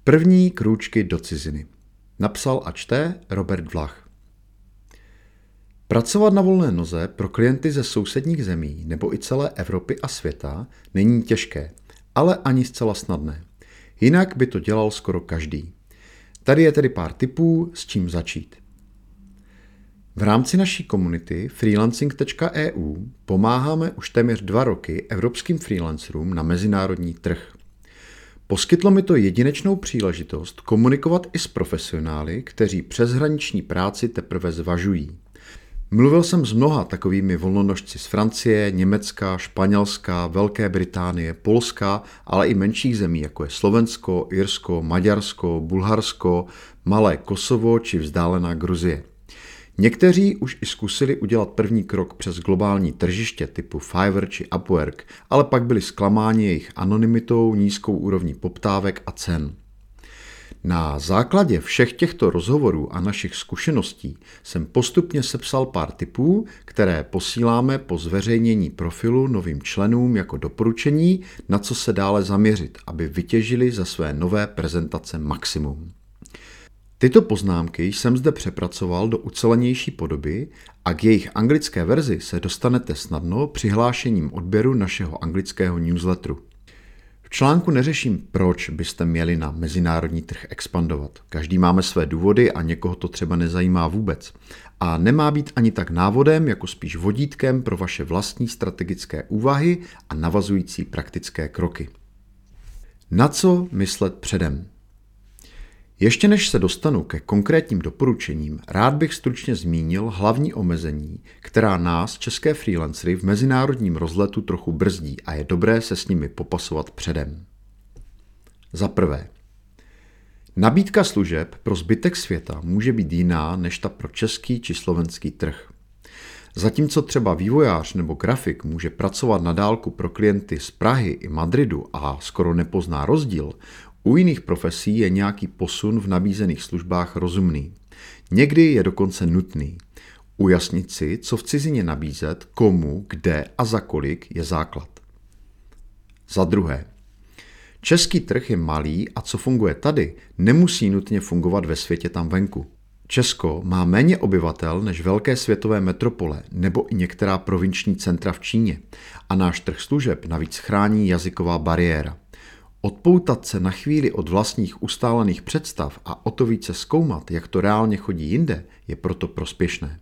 První krůčky do ciziny. Napsal a čte Robert Vlach. Pracovat na volné noze pro klienty ze sousedních zemí nebo i celé Evropy a světa není těžké, ale ani zcela snadné. Jinak by to dělal skoro každý. Tady je tedy pár tipů, s čím začít. V rámci naší komunity freelancing.eu pomáháme už téměř 2 roky evropským freelancerům na mezinárodní trh. Poskytlo mi to jedinečnou příležitost komunikovat i s profesionály, kteří přeshraniční práci teprve zvažují. Mluvil jsem s mnoha takovými volnonožci z Francie, Německa, Španělska, Velké Británie, Polska, ale i menších zemí, jako je Slovensko, Irsko, Maďarsko, Bulharsko, malé Kosovo či vzdálená Gruzie. Někteří už i zkusili udělat první krok přes globální tržiště typu Fiverr či Upwork, ale pak byli zklamáni jejich anonymitou, nízkou úrovní poptávek a cen. Na základě všech těchto rozhovorů a našich zkušeností jsem postupně sepsal pár tipů, které posíláme po zveřejnění profilu novým členům jako doporučení, na co se dále zaměřit, aby vytěžili ze své nové prezentace maximum. Tyto poznámky jsem zde přepracoval do ucelenější podoby a k jejich anglické verzi se dostanete snadno přihlášením odběru našeho anglického newsletteru. V článku neřeším, proč byste měli na mezinárodní trh expandovat. Každý máme své důvody a někoho to třeba nezajímá vůbec. A nemá být ani tak návodem, jako spíš vodítkem pro vaše vlastní strategické úvahy a navazující praktické kroky. Na co myslet předem? Ještě než se dostanu ke konkrétním doporučením, rád bych stručně zmínil hlavní omezení, která nás, české freelancery, v mezinárodním rozletu trochu brzdí a je dobré se s nimi popasovat předem. Za prvé, nabídka služeb pro zbytek světa může být jiná než ta pro český či slovenský trh. Zatímco třeba vývojář nebo grafik může pracovat na dálku pro klienty z Prahy i Madridu a skoro nepozná rozdíl, u jiných profesí je nějaký posun v nabízených službách rozumný. Někdy je dokonce nutný. Ujasnit si, co v cizině nabízet, komu, kde a za kolik je základ. Za druhé, český trh je malý a co funguje tady, nemusí nutně fungovat ve světě tam venku. Česko má méně obyvatel než velké světové metropole nebo i některá provinční centra v Číně a náš trh služeb navíc chrání jazyková bariéra. Odpoutat se na chvíli od vlastních ustálených představ a o to více zkoumat, jak to reálně chodí jinde, je proto prospěšné.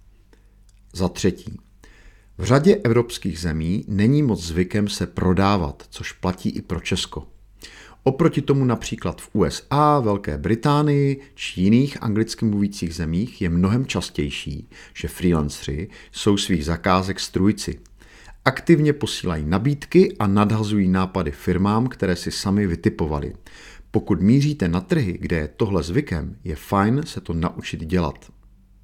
Za třetí, v řadě evropských zemí není moc zvykem se prodávat, což platí i pro Česko. Oproti tomu například v USA, Velké Británii či jiných anglicky mluvících zemích je mnohem častější, že freelancři jsou svých zakázek strůjci. Aktivně posílají nabídky a nadhazují nápady firmám, které si sami vytipovali. Pokud míříte na trhy, kde je tohle zvykem, je fajn se to naučit dělat.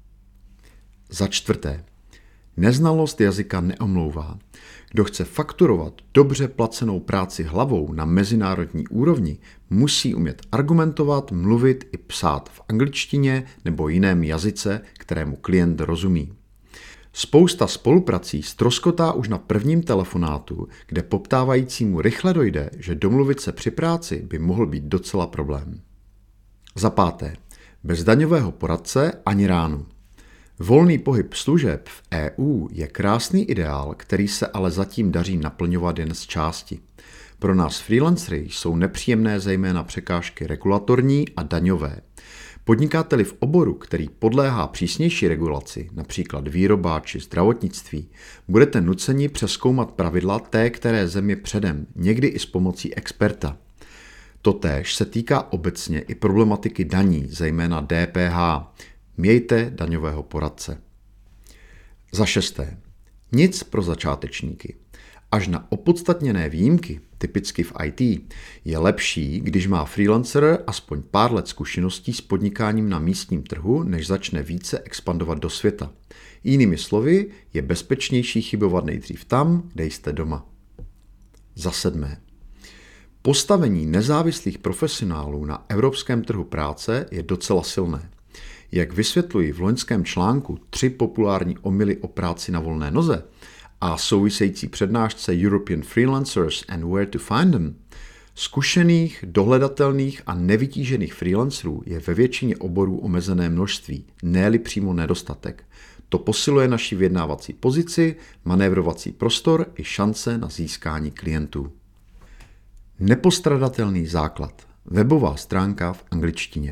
Za čtvrté, neznalost jazyka neomlouvá. Kdo chce fakturovat dobře placenou práci hlavou na mezinárodní úrovni, musí umět argumentovat, mluvit i psát v angličtině nebo jiném jazyce, kterému klient rozumí. Spousta spoluprací ztroskotá už na prvním telefonátu, kde poptávajícímu rychle dojde, že domluvit se při práci by mohl být docela problém. Za páté, bez daňového poradce ani ránu. Volný pohyb služeb v EU je krásný ideál, který se ale zatím daří naplňovat jen z části. Pro nás freelancery jsou nepříjemné zejména překážky regulatorní a daňové. Podnikáte-li v oboru, který podléhá přísnější regulaci, například výroba či zdravotnictví, budete nuceni přezkoumat pravidla té které země předem, někdy i s pomocí experta. Totéž se týká obecně i problematiky daní, zejména DPH. Mějte daňového poradce. Za šesté. Nic pro začátečníky. Až na opodstatněné výjimky, typicky v IT, je lepší, když má freelancer aspoň pár let zkušeností s podnikáním na místním trhu, než začne více expandovat do světa. Jinými slovy, je bezpečnější chybovat nejdřív tam, kde jste doma. Za sedmé. Postavení nezávislých profesionálů na evropském trhu práce je docela silné. Jak vysvětluji v loňském článku 3 populární omyly o práci na volné noze a související přednášce European Freelancers and Where to Find Them, Zkušených, dohledatelných a nevytížených freelancerů je ve většině oborů omezené množství, ne-li přímo nedostatek. To posiluje naši vyjednávací pozici, manévrovací prostor i šance na získání klientů. Nepostradatelný základ. Webová stránka v angličtině.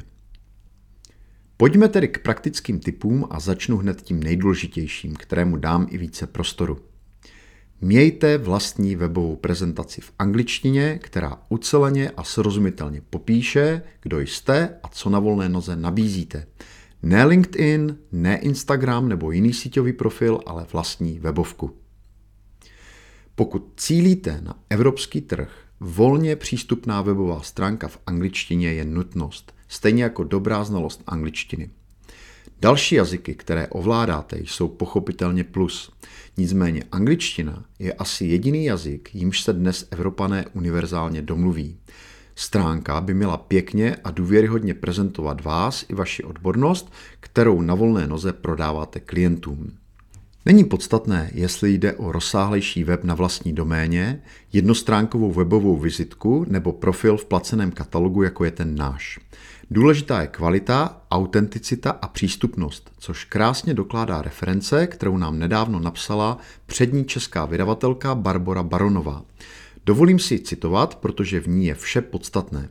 Pojďme tedy k praktickým tipům a začnu hned tím nejdůležitějším, kterému dám i více prostoru. Mějte vlastní webovou prezentaci v angličtině, která uceleně a srozumitelně popíše, kdo jste a co na volné noze nabízíte. Ne LinkedIn, ne Instagram nebo jiný síťový profil, ale vlastní webovku. Pokud cílíte na evropský trh, volně přístupná webová stránka v angličtině je nutnost, stejně jako dobrá znalost angličtiny. Další jazyky, které ovládáte, jsou pochopitelně plus. Nicméně angličtina je asi jediný jazyk, jímž se dnes Evropané univerzálně domluví. Stránka by měla pěkně a důvěryhodně prezentovat vás i vaši odbornost, kterou na volné noze prodáváte klientům. Není podstatné, jestli jde o rozsáhlejší web na vlastní doméně, jednostránkovou webovou vizitku nebo profil v placeném katalogu, jako je ten náš. Důležitá je kvalita, autenticita a přístupnost, což krásně dokládá reference, kterou nám nedávno napsala přední česká vydavatelka Barbora Baronová. Dovolím si ji citovat, protože v ní je vše podstatné.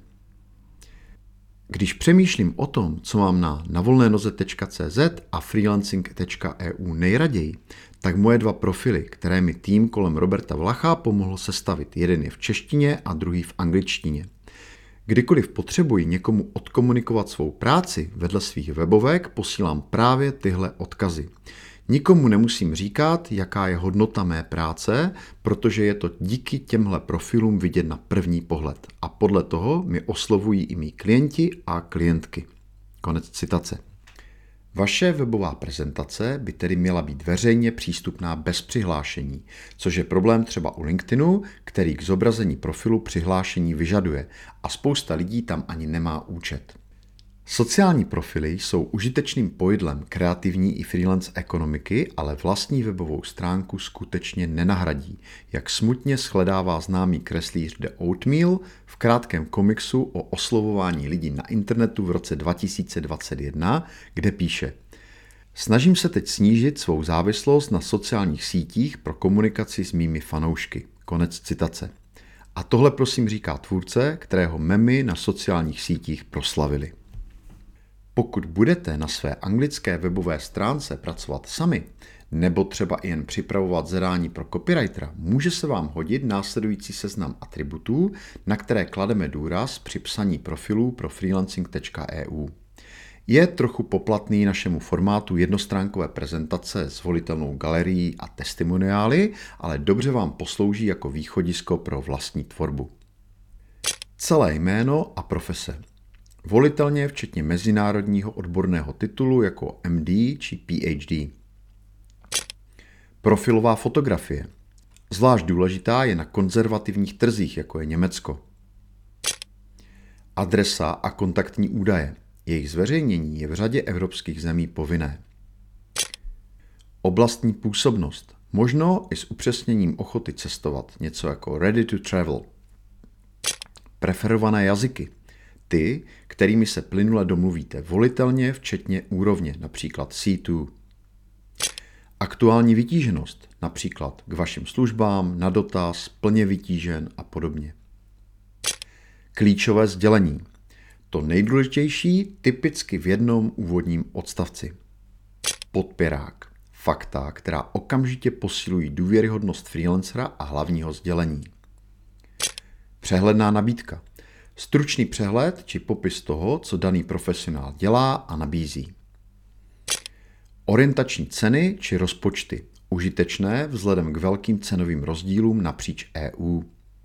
Když přemýšlím o tom, co mám na navolnénoze.cz a freelancing.eu nejraději, tak moje dva profily, které mi tým kolem Roberta Vlacha pomohl sestavit, jeden je v češtině a druhý v angličtině. Kdykoliv potřebuji někomu odkomunikovat svou práci vedle svých webovek, posílám právě tyhle odkazy. Nikomu nemusím říkat, jaká je hodnota mé práce, protože je to díky těmhle profilům vidět na první pohled. A podle toho mi oslovují i mý klienti a klientky. Konec citace. Vaše webová prezentace by tedy měla být veřejně přístupná bez přihlášení, což je problém třeba u LinkedInu, který k zobrazení profilu přihlášení vyžaduje a spousta lidí tam ani nemá účet. Sociální profily jsou užitečným pojdlem kreativní i freelance ekonomiky, ale vlastní webovou stránku skutečně nenahradí, jak smutně shledává známý kreslíř The Oatmeal v krátkém komiksu o oslovování lidí na internetu v roce 2021, kde píše: Snažím se teď snížit svou závislost na sociálních sítích pro komunikaci s mými fanoušky. Konec citace. A tohle prosím říká tvůrce, kterého memy na sociálních sítích proslavili. Pokud budete na své anglické webové stránce pracovat sami, nebo třeba i jen připravovat zadání pro copywritera, může se vám hodit následující seznam atributů, na které klademe důraz při psaní profilů pro freelancing.eu. Je trochu poplatný našemu formátu jednostránkové prezentace s volitelnou galerií a testimoniály, ale dobře vám poslouží jako východisko pro vlastní tvorbu. Celé jméno a profese. Volitelně včetně mezinárodního odborného titulu jako MD či PhD. Profilová fotografie. Zvlášť důležitá je na konzervativních trzích, jako je Německo. Adresa a kontaktní údaje. Jejich zveřejnění je v řadě evropských zemí povinné. Oblastní působnost. Možno i s upřesněním ochoty cestovat, něco jako ready to travel. Preferované jazyky. Ty, kterými se plynule domluvíte volitelně, včetně úrovně, například C2. Aktuální vytíženost, například k vašim službám, na dotaz, plně vytížen a podobně. Klíčové sdělení. To nejdůležitější typicky v jednom úvodním odstavci. Podpěrák. Fakta, která okamžitě posilují důvěryhodnost freelancera a hlavního sdělení. Přehledná nabídka. Stručný přehled či popis toho, co daný profesionál dělá a nabízí. Orientační ceny či rozpočty. Užitečné vzhledem k velkým cenovým rozdílům napříč EU.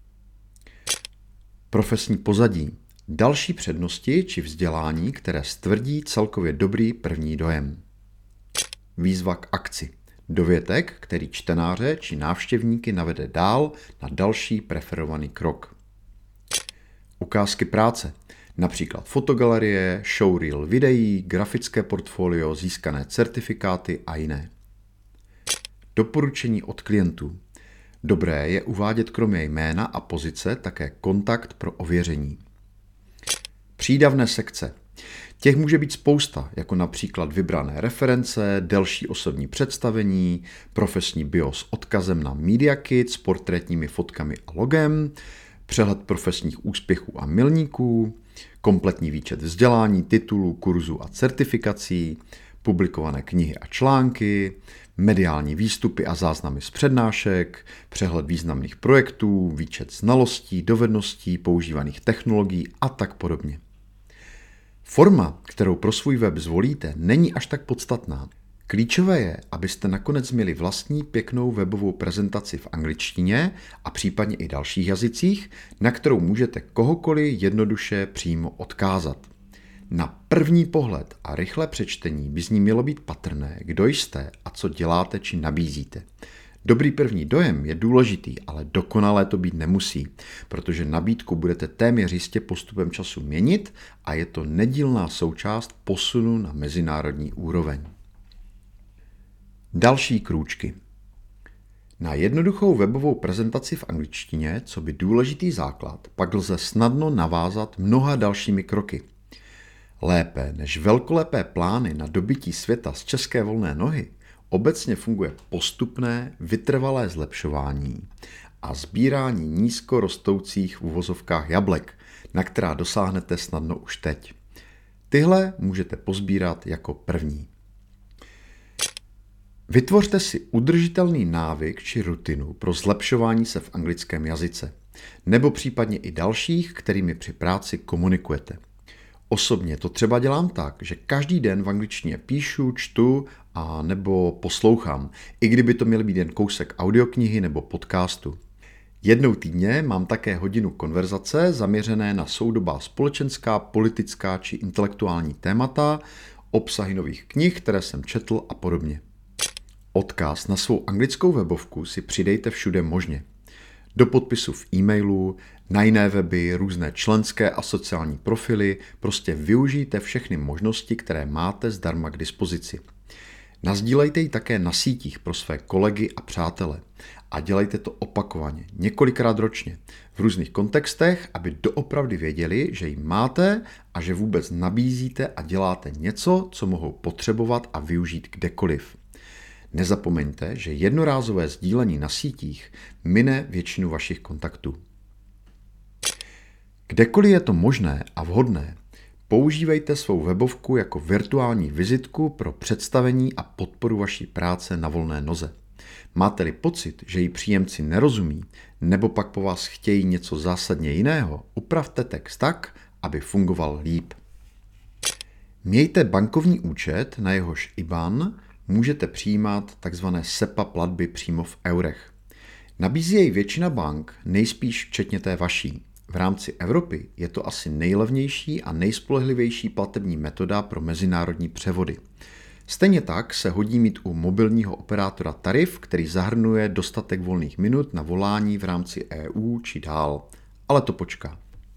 Profesní pozadí. Další přednosti či vzdělání, které stvrdí celkově dobrý první dojem. Výzva k akci. Dovětek, který čtenáře či návštěvníky navede dál na další preferovaný krok. Ukázky práce, například fotogalerie, showreel videí, grafické portfolio, získané certifikáty a jiné. Doporučení od klientů. Dobré je uvádět kromě jména a pozice také kontakt pro ověření. Přídavné sekce. Těch může být spousta, jako například vybrané reference, delší osobní představení, profesní bio s odkazem na Media Kit s portrétními fotkami a logem, přehled profesních úspěchů a milníků, kompletní výčet vzdělání, titulů, kurzů a certifikací, publikované knihy a články, mediální výstupy a záznamy z přednášek, přehled významných projektů, výčet znalostí, dovedností, používaných technologií a tak podobně. Forma, kterou pro svůj web zvolíte, není až tak podstatná. Klíčové je, abyste nakonec měli vlastní pěknou webovou prezentaci v angličtině a případně i dalších jazycích, na kterou můžete kohokoliv jednoduše přímo odkázat. Na první pohled a rychlé přečtení by z ní mělo být patrné, kdo jste a co děláte či nabízíte. Dobrý první dojem je důležitý, ale dokonalé to být nemusí, protože nabídku budete téměř jistě postupem času měnit a je to nedílná součást posunu na mezinárodní úroveň. Další krůčky. Na jednoduchou webovou prezentaci v angličtině, co by důležitý základ, pak lze snadno navázat mnoha dalšími kroky. Lépe než velkolepé plány na dobytí světa z české volné nohy, obecně funguje postupné, vytrvalé zlepšování a sbírání nízko rostoucích v uvozovkách jablek, na která dosáhnete snadno už teď. Tyhle můžete pozbírat jako první. Vytvořte si udržitelný návyk či rutinu pro zlepšování se v anglickém jazyce, nebo případně i dalších, kterými při práci komunikujete. Osobně to třeba dělám tak, že každý den v angličtině píšu, čtu a nebo poslouchám, i kdyby to měl být jen kousek audioknihy nebo podcastu. Jednou týdně mám také hodinu konverzace zaměřené na soudobá společenská, politická či intelektuální témata, obsahy nových knih, které jsem četl a podobně. Odkaz na svou anglickou webovku si přidejte všude možně. Do podpisu v e-mailu, na jiné weby, různé členské a sociální profily, prostě využijte všechny možnosti, které máte zdarma k dispozici. Nasdílejte ji také na sítích pro své kolegy a přátele a dělejte to opakovaně, několikrát ročně, v různých kontextech, aby doopravdy věděli, že ji máte a že vůbec nabízíte a děláte něco, co mohou potřebovat a využít kdekoliv. Nezapomeňte, že jednorázové sdílení na sítích mine většinu vašich kontaktů. Kdekoliv je to možné a vhodné, používejte svou webovku jako virtuální vizitku pro představení a podporu vaší práce na volné noze. Máte-li pocit, že jí příjemci nerozumí, nebo pak po vás chtějí něco zásadně jiného, upravte text tak, aby fungoval líp. Mějte bankovní účet, na jehož IBAN můžete přijímat tzv. SEPA platby přímo v eurech. Nabízí jej většina bank, nejspíš včetně té vaší. V rámci Evropy je to asi nejlevnější a nejspolehlivější platební metoda pro mezinárodní převody. Stejně tak se hodí mít u mobilního operátora tarif, který zahrnuje dostatek volných minut na volání v rámci EU či dál. Ale to počká.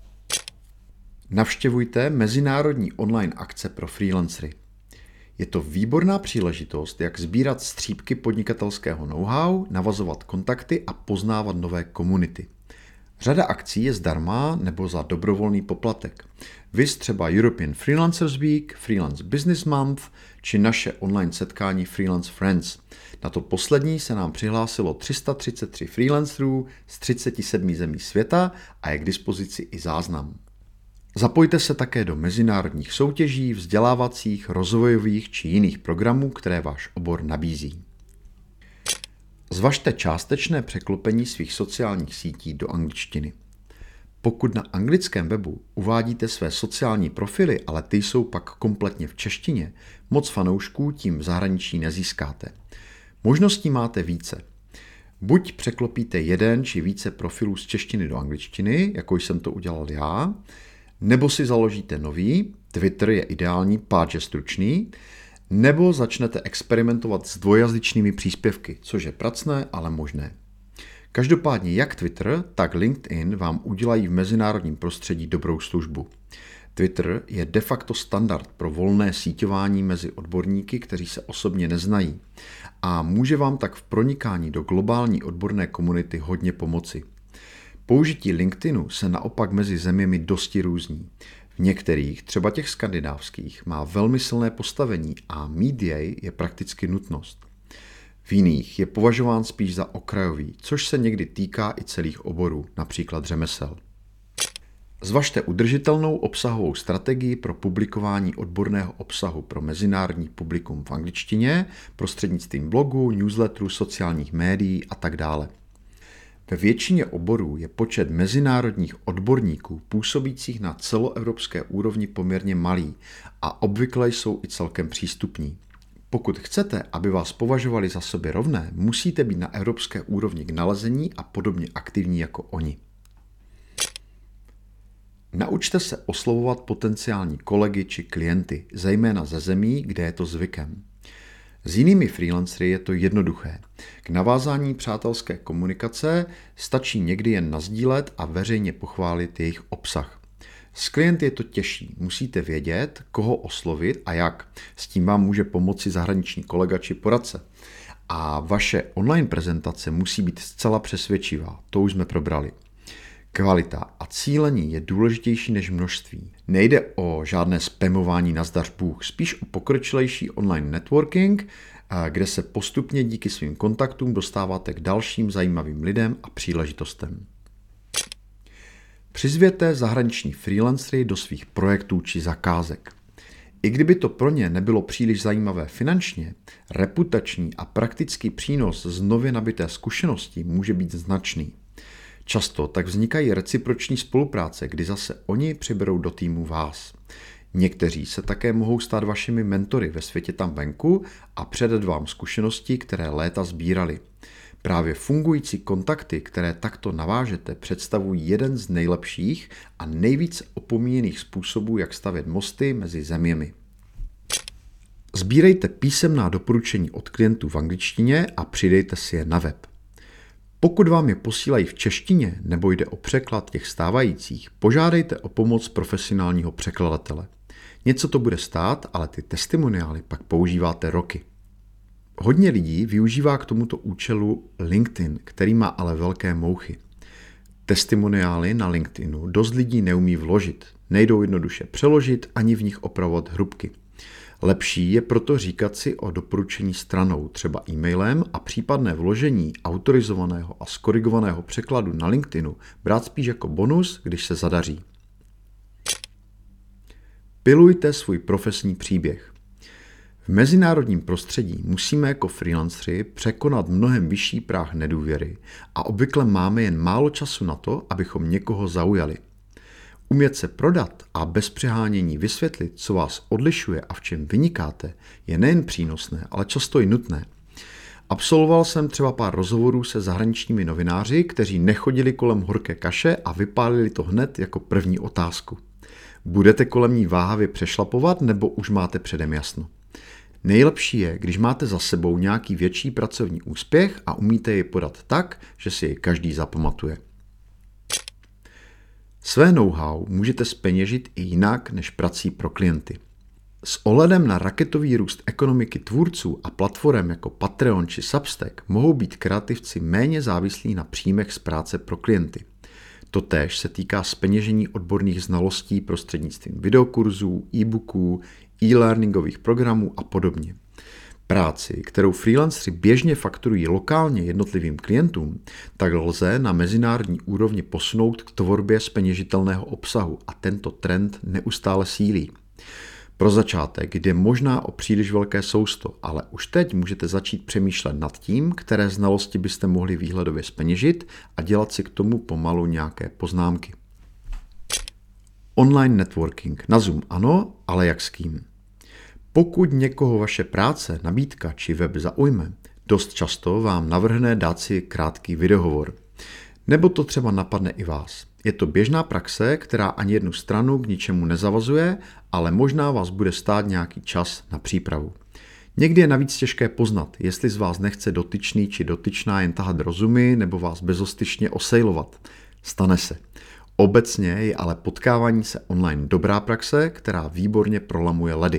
Navštěvujte mezinárodní online akce pro freelancery. Je to výborná příležitost, jak sbírat střípky podnikatelského know-how, navazovat kontakty a poznávat nové komunity. Řada akcí je zdarma nebo za dobrovolný poplatek. Viz třeba European Freelancers Week, Freelance Business Month či naše online setkání Freelance Friends. Na to poslední se nám přihlásilo 333 freelancerů z 37 zemí světa a je k dispozici i záznam. Zapojte se také do mezinárodních soutěží, vzdělávacích, rozvojových či jiných programů, které váš obor nabízí. Zvažte částečné překlopení svých sociálních sítí do angličtiny. Pokud na anglickém webu uvádíte své sociální profily, ale ty jsou pak kompletně v češtině, moc fanoušků tím v zahraničí nezískáte. Možností máte více. Buď překlopíte jeden či více profilů z češtiny do angličtiny, jako jsem to udělal já, nebo si založíte nový, Twitter je ideální, páč je stručný, nebo začnete experimentovat s dvojjazyčnými příspěvky, což je pracné, ale možné. Každopádně jak Twitter, tak LinkedIn vám udělají v mezinárodním prostředí dobrou službu. Twitter je de facto standard pro volné síťování mezi odborníky, kteří se osobně neznají, a může vám tak v pronikání do globální odborné komunity hodně pomoci. Použití LinkedInu se naopak mezi zeměmi dosti různí. V některých, třeba těch skandinávských, má velmi silné postavení a mít jej je prakticky nutnost. V jiných je považován spíš za okrajový, což se někdy týká i celých oborů, například řemesel. Zvažte udržitelnou obsahovou strategii pro publikování odborného obsahu pro mezinárodní publikum v angličtině prostřednictvím blogu, newsletterů, sociálních médií a tak dále. Ve většině oborů je počet mezinárodních odborníků působících na celoevropské úrovni poměrně malý a obvykle jsou i celkem přístupní. Pokud chcete, aby vás považovali za sobě rovné, musíte být na evropské úrovni k nalezení a podobně aktivní jako oni. Naučte se oslovovat potenciální kolegy či klienty, zejména ze zemí, kde je to zvykem. S jinými freelancery je to jednoduché. K navázání přátelské komunikace stačí někdy jen nasdílet a veřejně pochválit jejich obsah. S klienty je to těžší, musíte vědět, koho oslovit a jak. S tím vám může pomoci zahraniční kolega či poradce. A vaše online prezentace musí být zcela přesvědčivá, to už jsme probrali. Kvalita a cílení je důležitější než množství. Nejde o žádné spamování na zdař Bůh, spíš o pokročilejší online networking, kde se postupně díky svým kontaktům dostáváte k dalším zajímavým lidem a příležitostem. Přizvěte zahraniční freelancery do svých projektů či zakázek. I kdyby to pro ně nebylo příliš zajímavé finančně, reputační a praktický přínos z nově nabité zkušenosti může být značný. Často tak vznikají reciproční spolupráce, kdy zase oni přiberou do týmu vás. Někteří se také mohou stát vašimi mentory ve světě tam venku a předat vám zkušenosti, které léta sbírali. Právě fungující kontakty, které takto navážete, představují jeden z nejlepších a nejvíc opomíjených způsobů, jak stavět mosty mezi zeměmi. Sbírejte písemná doporučení od klientů v angličtině a přidejte si je na web. Pokud vám je posílají v češtině nebo jde o překlad těch stávajících, požádejte o pomoc profesionálního překladatele. Něco to bude stát, ale ty testimoniály pak používáte roky. Hodně lidí využívá k tomuto účelu LinkedIn, který má ale velké mouchy. Testimoniály na LinkedInu dost lidí neumí vložit, nejdou jednoduše přeložit ani v nich opravovat hrubky. Lepší je proto říkat si o doporučení stranou, třeba e-mailem, a případné vložení autorizovaného a skorigovaného překladu na LinkedInu brát spíš jako bonus, když se zadaří. Pilujte svůj profesní příběh. V mezinárodním prostředí musíme jako freelanceri překonat mnohem vyšší práh nedůvěry a obvykle máme jen málo času na to, abychom někoho zaujali. Umět se prodat a bez přehánění vysvětlit, co vás odlišuje a v čem vynikáte, je nejen přínosné, ale často i nutné. Absolvoval jsem třeba pár rozhovorů se zahraničními novináři, kteří nechodili kolem horké kaše a vypálili to hned jako první otázku. Budete kolem ní váhavě přešlapovat nebo už máte předem jasno? Nejlepší je, když máte za sebou nějaký větší pracovní úspěch a umíte jej podat tak, že si jej každý zapamatuje. Své know-how můžete zpeněžit i jinak než prací pro klienty. S ohledem na raketový růst ekonomiky tvůrců a platform jako Patreon či Substack mohou být kreativci méně závislí na příjmech z práce pro klienty. Totéž se týká zpeněžení odborných znalostí prostřednictvím videokurzů, e-booků, e-learningových programů a podobně. Práci, kterou freelanceri běžně fakturují lokálně jednotlivým klientům, tak lze na mezinárodní úrovni posunout k tvorbě zpeněžitelného obsahu a tento trend neustále sílí. Pro začátek jde možná o příliš velké sousto, ale už teď můžete začít přemýšlet nad tím, které znalosti byste mohli výhledově zpeněžit a dělat si k tomu pomalu nějaké poznámky. Online networking. Na Zoom ano, ale jak s kým? Pokud někoho vaše práce, nabídka či web zaujme, dost často vám navrhne dát si krátký videohovor. Nebo to třeba napadne i vás. Je to běžná praxe, která ani jednu stranu k ničemu nezavazuje, ale možná vás bude stát nějaký čas na přípravu. Někdy je navíc těžké poznat, jestli z vás nechce dotyčný či dotyčná jen tahat rozumy nebo vás bezostyšně osejlovat. Stane se. Obecně je ale potkávání se online dobrá praxe, která výborně prolamuje ledy.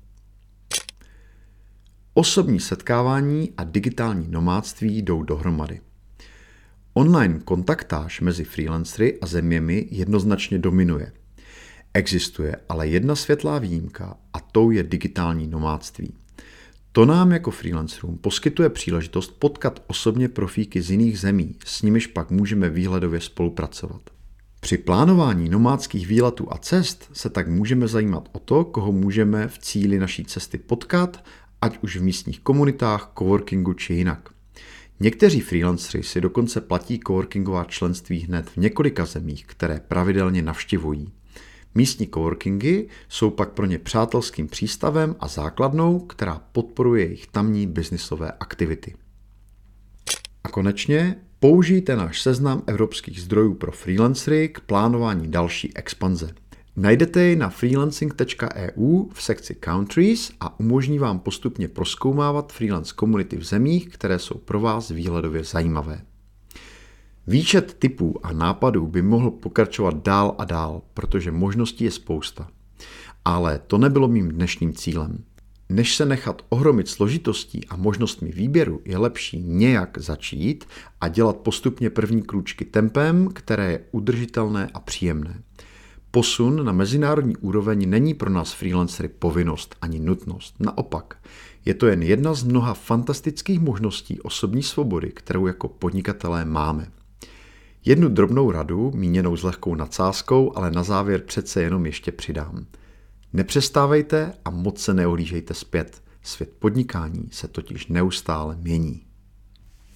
Osobní setkávání a digitální nomádství jdou dohromady. Online kontaktáž mezi freelancery a zeměmi jednoznačně dominuje. Existuje ale jedna světlá výjimka a tou je digitální nomádství. To nám jako freelancerům poskytuje příležitost potkat osobně profíky z jiných zemí, s nimiž pak můžeme výhledově spolupracovat. Při plánování nomádských výletů a cest se tak můžeme zajímat o to, koho můžeme v cíli naší cesty potkat, ať už v místních komunitách, coworkingu či jinak. Někteří freelanceři si dokonce platí coworkingová členství hned v několika zemích, které pravidelně navštěvují. Místní coworkingy jsou pak pro ně přátelským přístavem a základnou, která podporuje jejich tamní biznisové aktivity. A konečně použijte náš seznam evropských zdrojů pro freelancery k plánování další expanze. Najdete jej na freelancing.eu v sekci Countries a umožní vám postupně prozkoumávat freelance komunity v zemích, které jsou pro vás výhledově zajímavé. Výčet tipů a nápadů by mohl pokračovat dál a dál, protože možností je spousta. Ale to nebylo mým dnešním cílem. Než se nechat ohromit složitostí a možnostmi výběru, je lepší nějak začít a dělat postupně první krůčky tempem, které je udržitelné a příjemné. Posun na mezinárodní úroveň není pro nás freelancery povinnost ani nutnost. Naopak, je to jen jedna z mnoha fantastických možností osobní svobody, kterou jako podnikatelé máme. Jednu drobnou radu, míněnou s lehkou nadsázkou, ale na závěr přece jenom ještě přidám. Nepřestávejte a moc se neohlížejte zpět. Svět podnikání se totiž neustále mění.